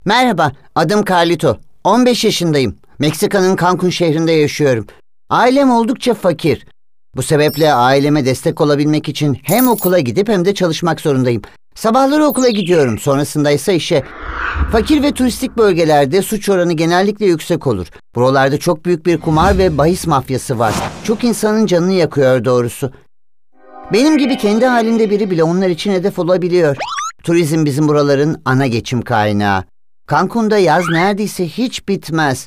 Merhaba, adım Carlito. 15 yaşındayım. Meksika'nın Cancún şehrinde yaşıyorum. Ailem oldukça fakir. Bu sebeple aileme destek olabilmek için hem okula gidip hem de çalışmak zorundayım. Sabahları okula gidiyorum, sonrasında ise işe. Fakir ve turistik bölgelerde suç oranı genellikle yüksek olur. Buralarda çok büyük bir kumar ve bahis mafyası var. Çok insanın canını yakıyor doğrusu. Benim gibi kendi halinde biri bile onlar için hedef olabiliyor. Turizm bizim buraların ana geçim kaynağı. Cancún'da yaz neredeyse hiç bitmez.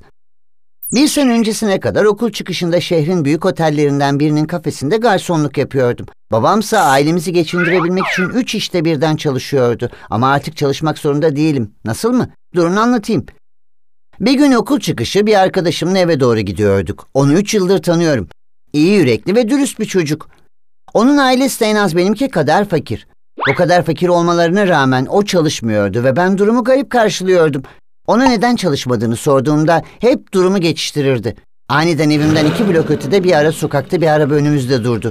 Bir sene öncesine kadar okul çıkışında şehrin büyük otellerinden birinin kafesinde garsonluk yapıyordum. Babamsa ailemizi geçindirebilmek için 3 işte birden çalışıyordu. Ama artık çalışmak zorunda değilim. Nasıl mı? Durun anlatayım. Bir gün okul çıkışı bir arkadaşımla eve doğru gidiyorduk. Onu 3 yıldır tanıyorum. İyi yürekli ve dürüst bir çocuk. Onun ailesi de en az benimki kadar fakir. O kadar fakir olmalarına rağmen o çalışmıyordu ve ben durumu garip karşılıyordum. Ona neden çalışmadığını sorduğumda hep durumu geçiştirirdi. Aniden evimden 2 blok ötede bir ara sokakta bir araba önümüzde durdu.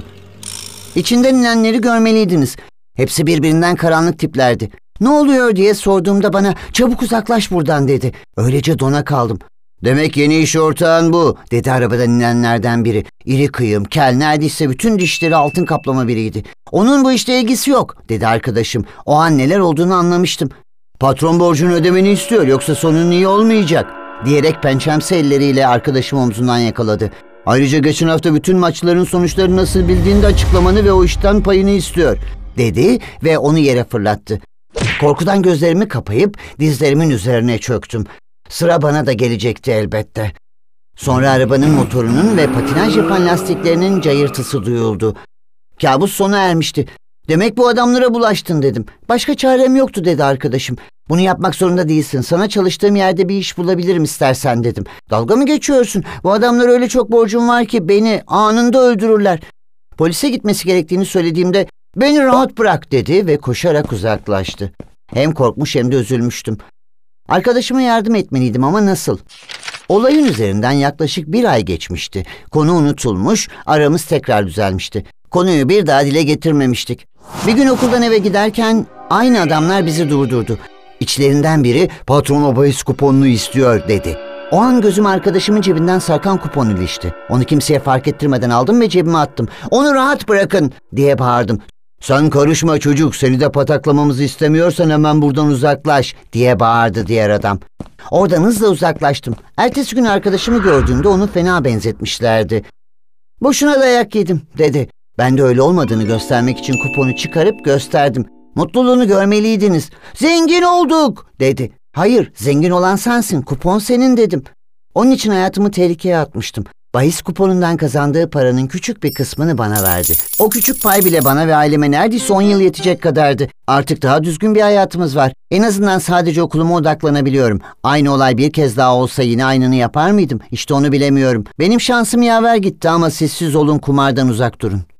İçinden inenleri görmeliydiniz. Hepsi birbirinden karanlık tiplerdi. Ne oluyor diye sorduğumda bana çabuk uzaklaş buradan dedi. Öylece dona kaldım. Demek yeni iş ortağın bu, dedi arabadan inenlerden biri. İri kıyım, kel, neredeyse bütün dişleri altın kaplama biriydi. Onun bu işte ilgisi yok, dedi arkadaşım. O an neler olduğunu anlamıştım. Patron borcunu ödemeni istiyor, yoksa sonun iyi olmayacak, diyerek pençemsi elleriyle arkadaşım omzundan yakaladı. Ayrıca geçen hafta bütün maçların sonuçlarını nasıl bildiğini de açıklamanı ve o işten payını istiyor, dedi ve onu yere fırlattı. Korkudan gözlerimi kapayıp dizlerimin üzerine çöktüm. Sıra bana da gelecekti elbette. Sonra arabanın motorunun ve patinaj yapan lastiklerinin cayırtısı duyuldu. Kabus sona ermişti. Demek bu adamlara bulaştın, dedim. Başka çarem yoktu, dedi arkadaşım. Bunu yapmak zorunda değilsin. Sana çalıştığım yerde bir iş bulabilirim istersen, dedim. Dalga mı geçiyorsun? Bu adamlar öyle çok borcum var ki beni anında öldürürler. Polise gitmesi gerektiğini söylediğimde beni rahat bırak, dedi ve koşarak uzaklaştı. Hem korkmuş hem de üzülmüştüm. Arkadaşıma yardım etmeliydim ama nasıl? Olayın üzerinden yaklaşık 1 ay geçmişti. Konu unutulmuş, aramız tekrar düzelmişti. Konuyu bir daha dile getirmemiştik. Bir gün okuldan eve giderken aynı adamlar bizi durdurdu. İçlerinden biri patron o bahis kuponunu istiyor, dedi. O an gözüm arkadaşımın cebinden sarkan kupon ilişti. Onu kimseye fark ettirmeden aldım ve cebime attım. Onu rahat bırakın, diye bağırdım. Sen karışma çocuk, seni de pataklamamızı istemiyorsan hemen buradan uzaklaş, diye bağırdı diğer adam. Oradan hızla uzaklaştım. Ertesi gün arkadaşımı gördüğümde onu fena benzetmişlerdi. Boşuna dayak yedim, dedi. Ben de öyle olmadığını göstermek için kuponu çıkarıp gösterdim. Mutluluğunu görmeliydiniz. Zengin olduk, dedi. Hayır, zengin olan sensin, kupon senin, dedim. Onun için hayatımı tehlikeye atmıştım. Bahis kuponundan kazandığı paranın küçük bir kısmını bana verdi. O küçük pay bile bana ve aileme neredeyse 10 yıl yetecek kadardı. Artık daha düzgün bir hayatımız var. En azından sadece okuluma odaklanabiliyorum. Aynı olay bir kez daha olsa yine aynını yapar mıydım? İşte onu bilemiyorum. Benim şansım yaver gitti ama sessiz olun, kumardan uzak durun.